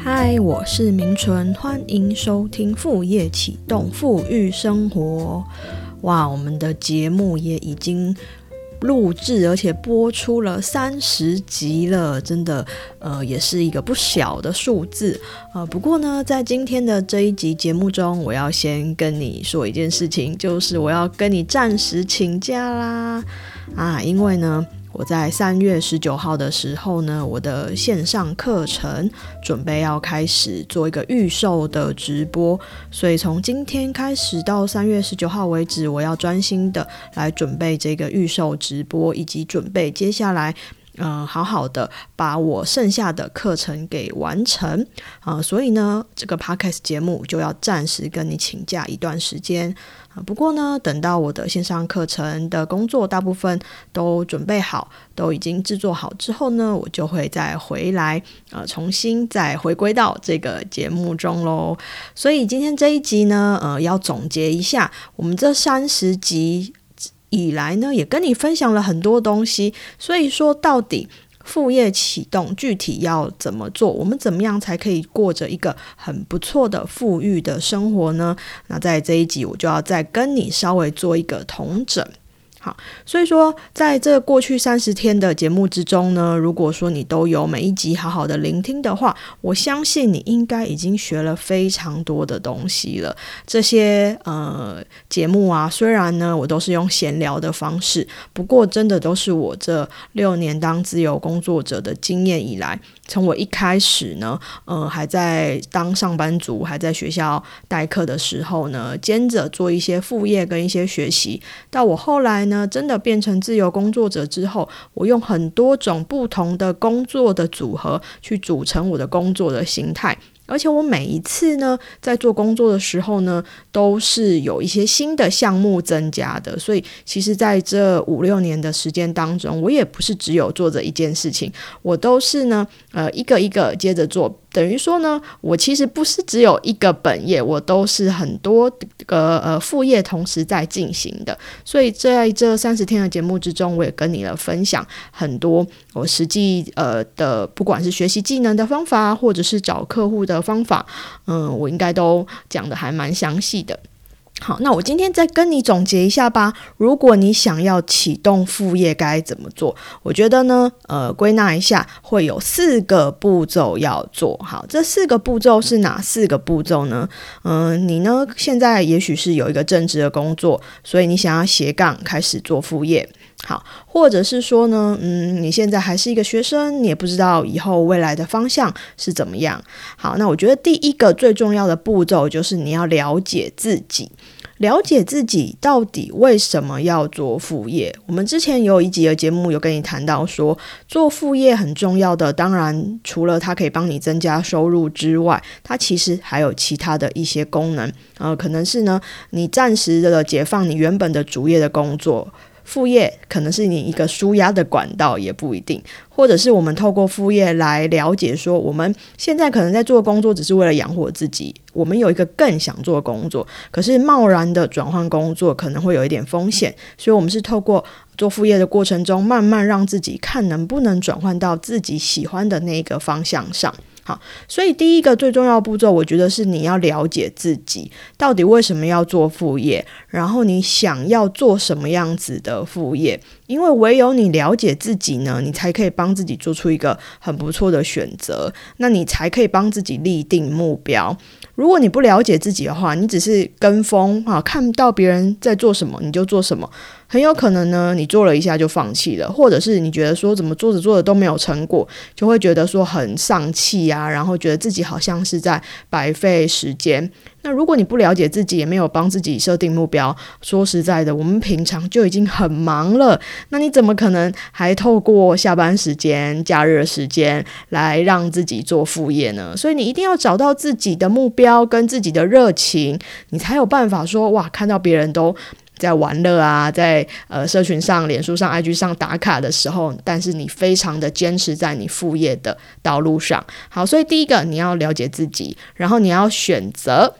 嗨，我是明纯，欢迎收听副业启动富裕生活。哇，我们的节目也已经录制而且播出了30集了，真的也是一个不小的数字。不过呢，在今天的这一集节目中，我要先跟你说一件事情，就是我要跟你暂时请假啦。因为呢，我在3月19号的时候呢，我的线上课程准备要开始做一个预售的直播，所以从今天开始到3月19号为止，我要专心的来准备这个预售直播，以及准备接下来好好的把我剩下的课程给完成所以呢，这个 podcast 节目就要暂时跟你请假一段时间不过呢，等到我的线上课程的工作大部分都准备好，都已经制作好之后呢，我就会再回来重新再回归到这个节目中咯。所以今天这一集呢要总结一下我们这30集以来呢，也跟你分享了很多东西，所以说到底副业启动具体要怎么做，我们怎么样才可以过着一个很不错的富裕的生活呢？那在这一集我就要再跟你稍微做一个统整。好，所以说在这过去30天的节目之中呢，如果说你都有每一集好好的聆听的话，我相信你应该已经学了非常多的东西了。这些节目虽然呢我都是用闲聊的方式，不过真的都是我这6年当自由工作者的经验以来，从我一开始呢还在当上班族，还在学校代课的时候呢，兼着做一些副业跟一些学习，到我后来呢真的变成自由工作者之后，我用很多种不同的工作的组合去组成我的工作的形态，而且我每一次呢在做工作的时候呢，都是有一些新的项目增加的。所以其实在这5-6年的时间当中，我也不是只有做着一件事情，我都是呢一个一个接着做，等于说呢我其实不是只有一个本业，我都是很多个副业同时在进行的。所以在这30天的节目之中，我也跟你分享很多我实际的不管是学习技能的方法，或者是找客户的方法，我应该都讲得还蛮详细的。好，那我今天再跟你总结一下吧。如果你想要启动副业该怎么做？我觉得呢归纳一下会有4个步骤要做。好，这4个步骤是哪4个步骤呢？你呢现在也许是有一个正职的工作，所以你想要斜杠开始做副业。好，或者是说呢你现在还是一个学生，你也不知道以后未来的方向是怎么样。好，那我觉得第一个最重要的步骤就是你要了解自己，了解自己到底为什么要做副业。我们之前有一集的节目有跟你谈到说，做副业很重要的，当然除了它可以帮你增加收入之外，它其实还有其他的一些功能可能是呢你暂时的解放你原本的主业的工作，副业可能是你一个抒压的管道，也不一定。或者是我们透过副业来了解说，我们现在可能在做的工作只是为了养活自己，我们有一个更想做的工作，可是贸然的转换工作可能会有一点风险，所以我们是透过做副业的过程中，慢慢让自己看能不能转换到自己喜欢的那个方向上。好，所以第一个最重要的步骤，我觉得是你要了解自己到底为什么要做副业，然后你想要做什么样子的副业。因为唯有你了解自己呢，你才可以帮自己做出一个很不错的选择，那你才可以帮自己立定目标。如果你不了解自己的话，你只是跟风看到别人在做什么你就做什么，很有可能呢你做了一下就放弃了，或者是你觉得说怎么做着做着都没有成果，就会觉得说很丧气然后觉得自己好像是在白费时间。那如果你不了解自己，也没有帮自己设定目标，说实在的，我们平常就已经很忙了，那你怎么可能还透过下班时间、假日时间来让自己做副业呢？所以你一定要找到自己的目标跟自己的热情，你才有办法说哇，看到别人都在玩乐在社群上、脸书上、IG 上打卡的时候，但是你非常的坚持在你副业的道路上。好，所以第一个你要了解自己，然后你要选择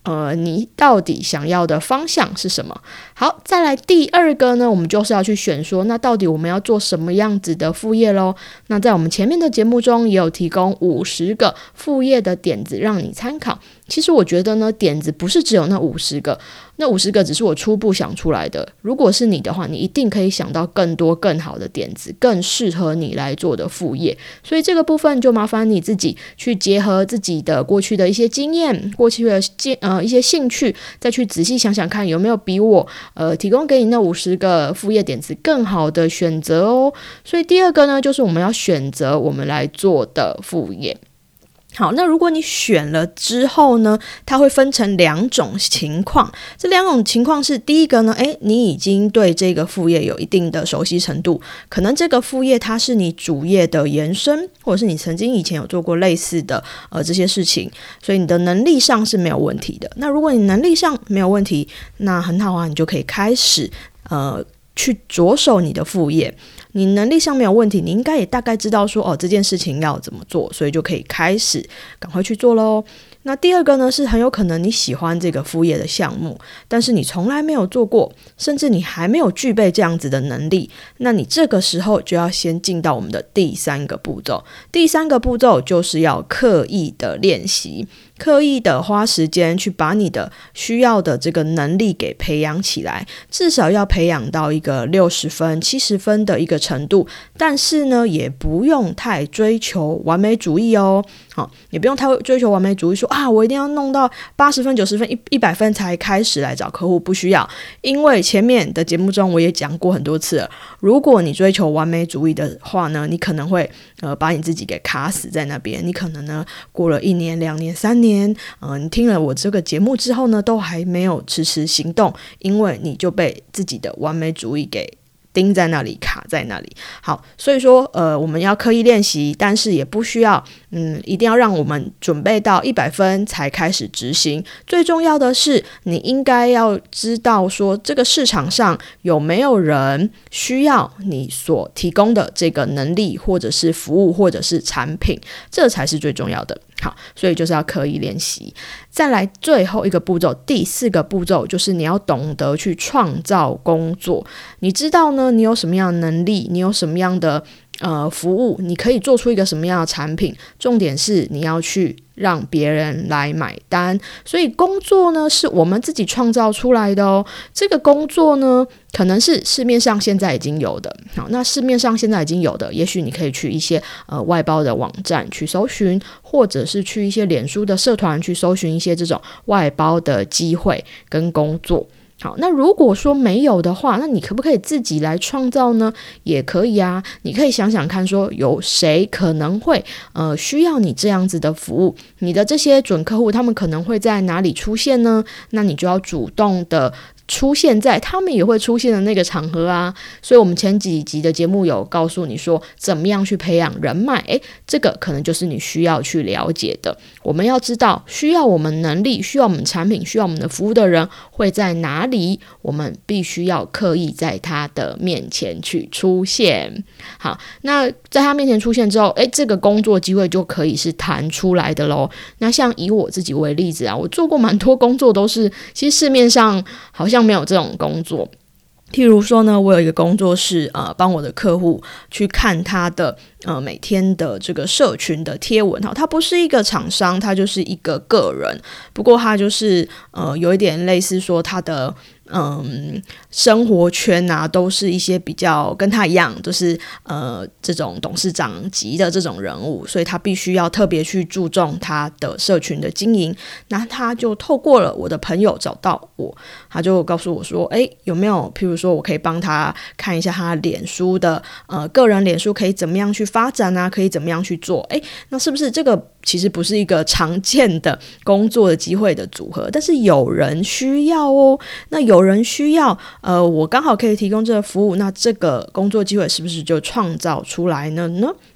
你到底想要的方向是什么。好，再来第二个呢，我们就是要去选说，那到底我们要做什么样子的副业咯。那在我们前面的节目中也有提供50个副业的点子让你参考。其实我觉得呢，点子不是只有那50个，那50个只是我初步想出来的。如果是你的话，你一定可以想到更多更好的点子，更适合你来做的副业。所以这个部分就麻烦你自己去结合自己的过去的一些经验，过去的一些兴趣，再去仔细想想看有没有比我提供给你那50个副业点子更好的选择哦。所以第二个呢，就是我们要选择我们来做的副业。好，那如果你选了之后呢，它会分成2种情况。这2种情况是，第一个呢，你已经对这个副业有一定的熟悉程度，可能这个副业它是你主业的延伸，或者是你曾经以前有做过类似的这些事情，所以你的能力上是没有问题的。那如果你能力上没有问题，那很好啊，你就可以开始去着手你的副业。你能力上没有问题，你应该也大概知道说这件事情要怎么做，所以就可以开始赶快去做咯。那第二个呢，是很有可能你喜欢这个副业的项目，但是你从来没有做过，甚至你还没有具备这样子的能力，那你这个时候就要先进到我们的第3个步骤。第3个步骤就是要刻意的练习，刻意的花时间去把你的需要的这个能力给培养起来，至少要培养到一个60分、70分的一个程度。但是呢，也不用太追求完美主义哦。也不用太追求完美主义，说我一定要弄到80分、90分、100分才开始来找客户，不需要。因为前面的节目中我也讲过很多次了，如果你追求完美主义的话呢，你可能会把你自己给卡死在那边。你可能呢过了1年、2年、3年，你听了我这个节目之后呢，都还没有迟迟行动，因为你就被自己的完美主义给钉在那里，卡在那里。好，所以说我们要刻意练习，但是也不需要一定要让我们准备到100分才开始执行。最重要的是，你应该要知道说这个市场上有没有人需要你所提供的这个能力，或者是服务，或者是产品，这才是最重要的。好，所以就是要刻意练习。再来最后一个步骤，第4个步骤就是你要懂得去创造工作。你知道呢，你有什么样的能力，你有什么样的服务，你可以做出一个什么样的产品，重点是你要去让别人来买单。所以工作呢是我们自己创造出来的哦。这个工作呢可能是市面上现在已经有的。好，那市面上现在已经有的，也许你可以去一些外包的网站去搜寻，或者是去一些脸书的社团去搜寻一些这种外包的机会跟工作。好，那如果说没有的话，那你可不可以自己来创造呢？也可以啊，你可以想想看说有谁可能会需要你这样子的服务，你的这些准客户他们可能会在哪里出现呢？那你就要主动的出现在他们也会出现的那个场合啊。所以我们前几集的节目有告诉你说怎么样去培养人脉，这个可能就是你需要去了解的。我们要知道需要我们能力、需要我们产品、需要我们的服务的人会在哪里，我们必须要刻意在他的面前去出现。好，那在他面前出现之后，这个工作机会就可以是弹出来的咯。那像以我自己为例子啊，我做过蛮多工作都是其实市面上好像没有这种工作。譬如说呢，我有一个工作是帮我的客户去看他的每天的这个社群的贴文。他不是一个厂商，他就是一个个人，不过他就是有一点类似说他的生活圈啊，都是一些比较跟他一样，就是这种董事长级的这种人物，所以他必须要特别去注重他的社群的经营。那他就透过了我的朋友找到我，他就告诉我说有没有譬如说我可以帮他看一下他脸书的个人脸书可以怎么样去发展啊，可以怎么样去做。那是不是这个其实不是一个常见的工作的机会的组合，但是有人需要哦。那有人需要我刚好可以提供这个服务，那这个工作机会是不是就创造出来了呢？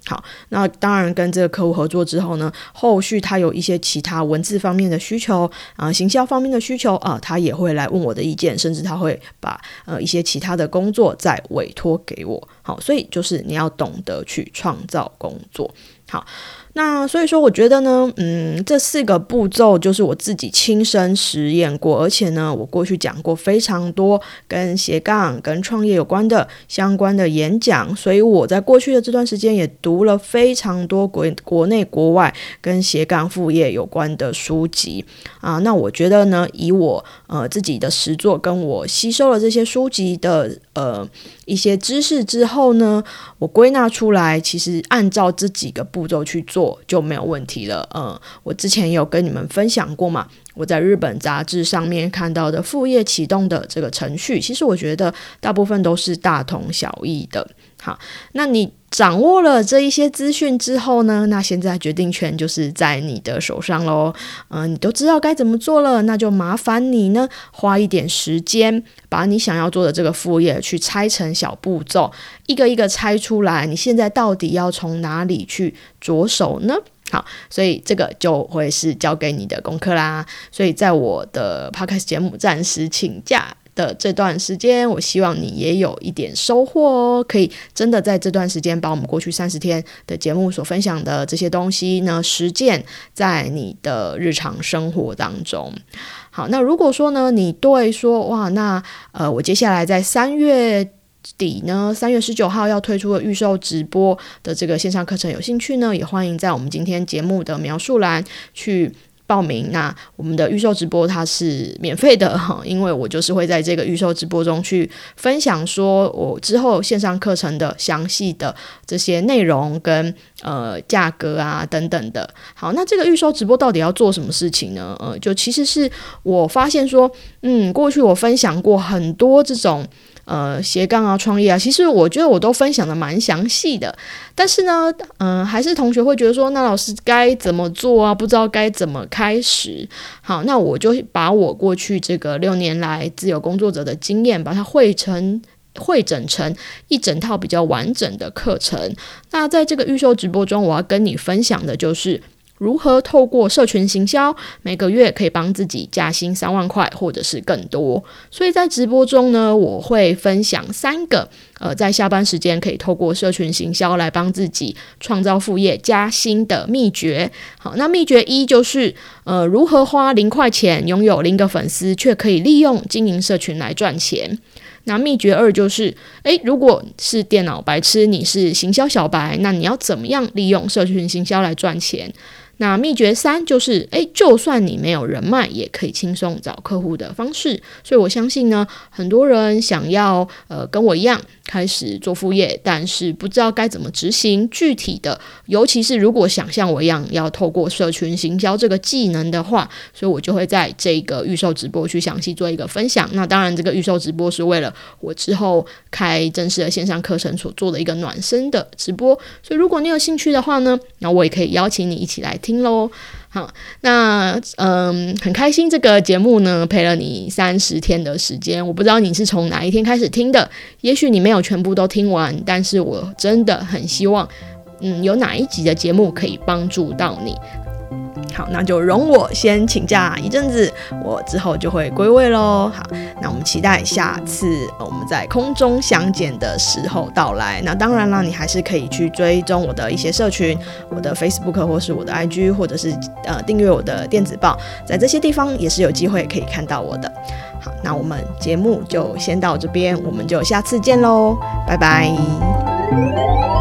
好，那当然跟这个客户合作之后呢，后续他有一些其他文字方面的需求行销方面的需求他也会来问我的意见，甚至他会把一些其他的工作再委托给我。好，所以就是你要懂得去创造工作。好，那所以说我觉得呢这4个步骤就是我自己亲身实验过，而且呢我过去讲过非常多跟斜杠跟创业有关的相关的演讲，所以我在过去的这段时间也读了非常多国内国外跟斜杠副业有关的书籍那我觉得呢以我自己的实作跟我吸收了这些书籍的一些知识之后呢，我归纳出来其实按照这几个步骤去做就没有问题了。我之前有跟你们分享过嘛，我在日本杂志上面看到的副业启动的这个程序，其实我觉得大部分都是大同小异的。好，那你掌握了这一些资讯之后呢，那现在决定权就是在你的手上咯。你都知道该怎么做了，那就麻烦你呢花一点时间把你想要做的这个副业去拆成小步骤，一个一个拆出来，你现在到底要从哪里去着手呢？好，所以这个就会是交给你的功课啦。所以在我的 Podcast 节目暂时请假的这段时间，我希望你也有一点收获哦，可以真的在这段时间把我们过去30天的节目所分享的这些东西呢实践在你的日常生活当中。好，那如果说呢你对说哇那我接下来在3月底呢3月19号要推出的预售直播的这个线上课程有兴趣呢，也欢迎在我们今天节目的描述栏去报名。那我们的预售直播它是免费的因为我就是会在这个预售直播中去分享说我之后线上课程的详细的这些内容跟价格等等的。好，那这个预售直播到底要做什么事情呢？就其实是我发现说过去我分享过很多这种斜杠创业其实我觉得我都分享的蛮详细的，但是呢还是同学会觉得说那老师该怎么做不知道该怎么开始。好，那我就把我过去这个6年来自由工作者的经验把它汇整成一整套比较完整的课程。那在这个预售直播中，我要跟你分享的就是如何透过社群行销每个月可以帮自己加薪3万块或者是更多。所以在直播中呢，我会分享3个在下班时间可以透过社群行销来帮自己创造副业加薪的秘诀。好，那秘诀1就是如何花0块钱拥有0个粉丝却可以利用经营社群来赚钱。那秘诀2就是如果是电脑白痴，你是行销小白，那你要怎么样利用社群行销来赚钱。那秘诀3就是就算你没有人脉也可以轻松找客户的方式。所以我相信呢很多人想要跟我一样开始做副业，但是不知道该怎么执行具体的，尤其是如果想像我一样要透过社群行销这个技能的话，所以我就会在这个预售直播去详细做一个分享。那当然这个预售直播是为了我之后开正式的线上课程所做的一个暖身的直播，所以如果你有兴趣的话呢，那我也可以邀请你一起来听咯。好，那很开心这个节目呢陪了你30天的时间，我不知道你是从哪一天开始听的，也许你没有全部都听完，但是我真的很希望有哪一集的节目可以帮助到你。好，那就容我先请假一阵子，我之后就会归位咯。好，那我们期待下次我们在空中相见的时候到来。那当然啦，你还是可以去追踪我的一些社群，我的 Facebook 或是我的 IG， 或者是订阅我的电子报，在这些地方也是有机会可以看到我的。好，那我们节目就先到这边，我们就下次见咯，拜拜。